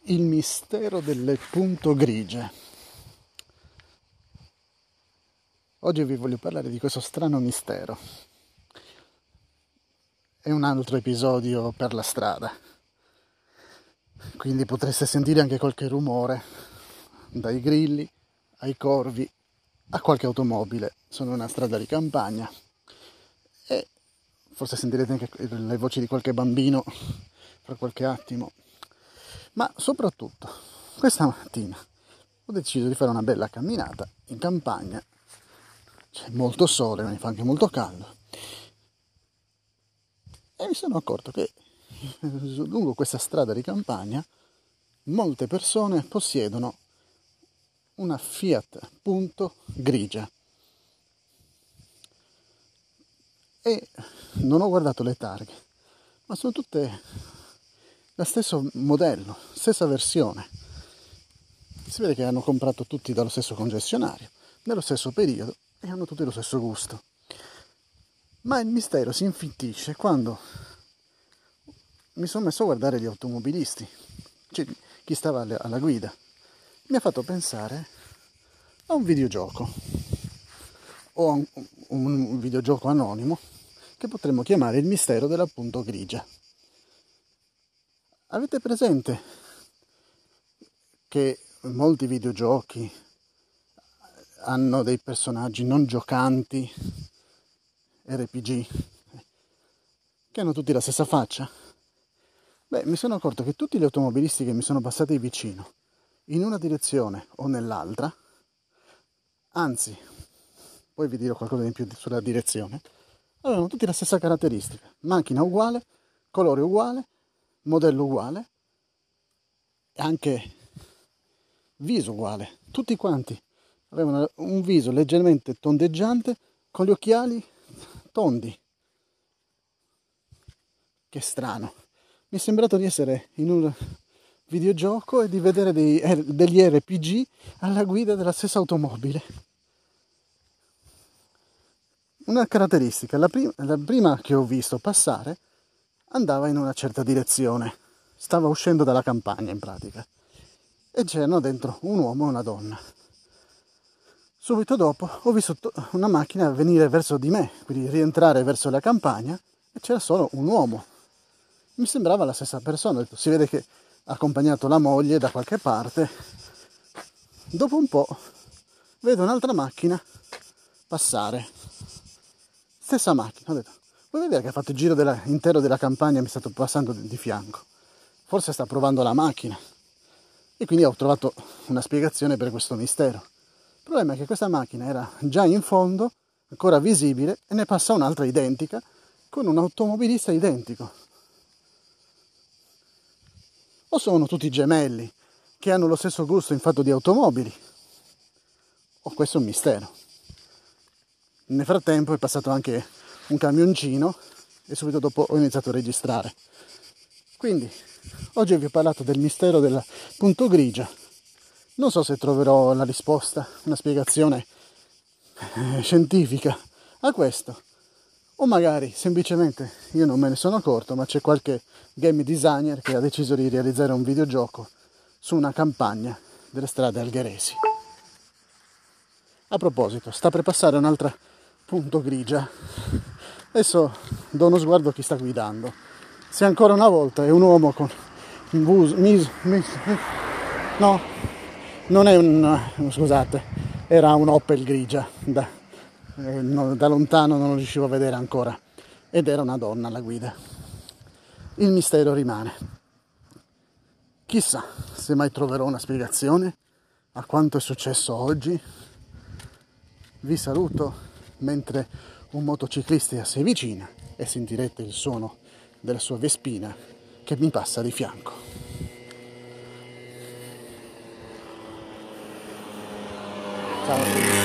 Il mistero delle punto grigie. Oggi vi voglio parlare di questo strano mistero. È un altro episodio per la strada, quindi potreste sentire anche qualche rumore, dai grilli ai corvi a qualche automobile. Sono in una strada di campagna e forse sentirete anche le voci di qualche bambino fra qualche attimo. Ma soprattutto, questa mattina ho deciso di fare una bella camminata in campagna. C'è molto sole, mi fa anche molto caldo. E mi sono accorto che lungo questa strada di campagna molte persone possiedono una Fiat Punto grigia. E non ho guardato le targhe, ma sono tutte lo stesso modello, stessa versione. Si vede che hanno comprato tutti dallo stesso concessionario, nello stesso periodo, e hanno tutti lo stesso gusto. Ma il mistero si infittisce quando mi sono messo a guardare gli automobilisti, cioè chi stava alla guida. Mi ha fatto pensare a un videogioco, o a un videogioco anonimo, che potremmo chiamare il mistero della punto grigia. Avete presente che molti videogiochi hanno dei personaggi non giocanti, RPG, che hanno tutti la stessa faccia? Beh, mi sono accorto che tutti gli automobilisti che mi sono passati vicino, in una direzione o nell'altra, anzi, poi vi dirò qualcosa di più sulla direzione, avevano tutti la stessa caratteristica: macchina uguale, colore uguale, modello uguale e anche viso uguale. Tutti quanti avevano un viso leggermente tondeggiante con gli occhiali tondi. Che strano. Mi è sembrato di essere in un videogioco e di vedere degli RPG alla guida della stessa automobile. Una caratteristica: la prima che ho visto passare andava in una certa direzione, stava uscendo dalla campagna in pratica, e c'erano dentro un uomo e una donna. Subito dopo ho visto una macchina venire verso di me, quindi rientrare verso la campagna, e c'era solo un uomo. Mi sembrava la stessa persona. Si vede che ha accompagnato la moglie da qualche parte. Dopo un po' vedo un'altra macchina passare, stessa macchina. Ho detto: vuoi vedere che ha fatto il giro intero della campagna e mi è stato passando di fianco? Forse sta provando la macchina. E quindi ho trovato una spiegazione per questo mistero. Il problema è che questa macchina era già in fondo, ancora visibile, e ne passa un'altra identica con un automobilista identico. O sono tutti gemelli che hanno lo stesso gusto in fatto di automobili, o questo è un mistero. Nel frattempo è passato anche un camioncino e subito dopo ho iniziato a registrare. Quindi oggi vi ho parlato del mistero della punto grigia. Non so se troverò la risposta, una spiegazione scientifica a questo, o magari semplicemente io non me ne sono accorto, ma c'è qualche game designer che ha deciso di realizzare un videogioco su una campagna delle strade algheresi. A proposito, sta per passare un'altra punto grigia. Adesso do uno sguardo a chi sta guidando. Se ancora una volta è un uomo con un no, non è scusate, era un Opel grigia. Da lontano non lo riuscivo a vedere ancora, ed era una donna alla guida. Il mistero rimane. Chissà se mai troverò una spiegazione a quanto è successo oggi. Vi saluto mentre un motociclista si avvicina e sentirete il suono della sua Vespina che mi passa di fianco. Ciao a tutti.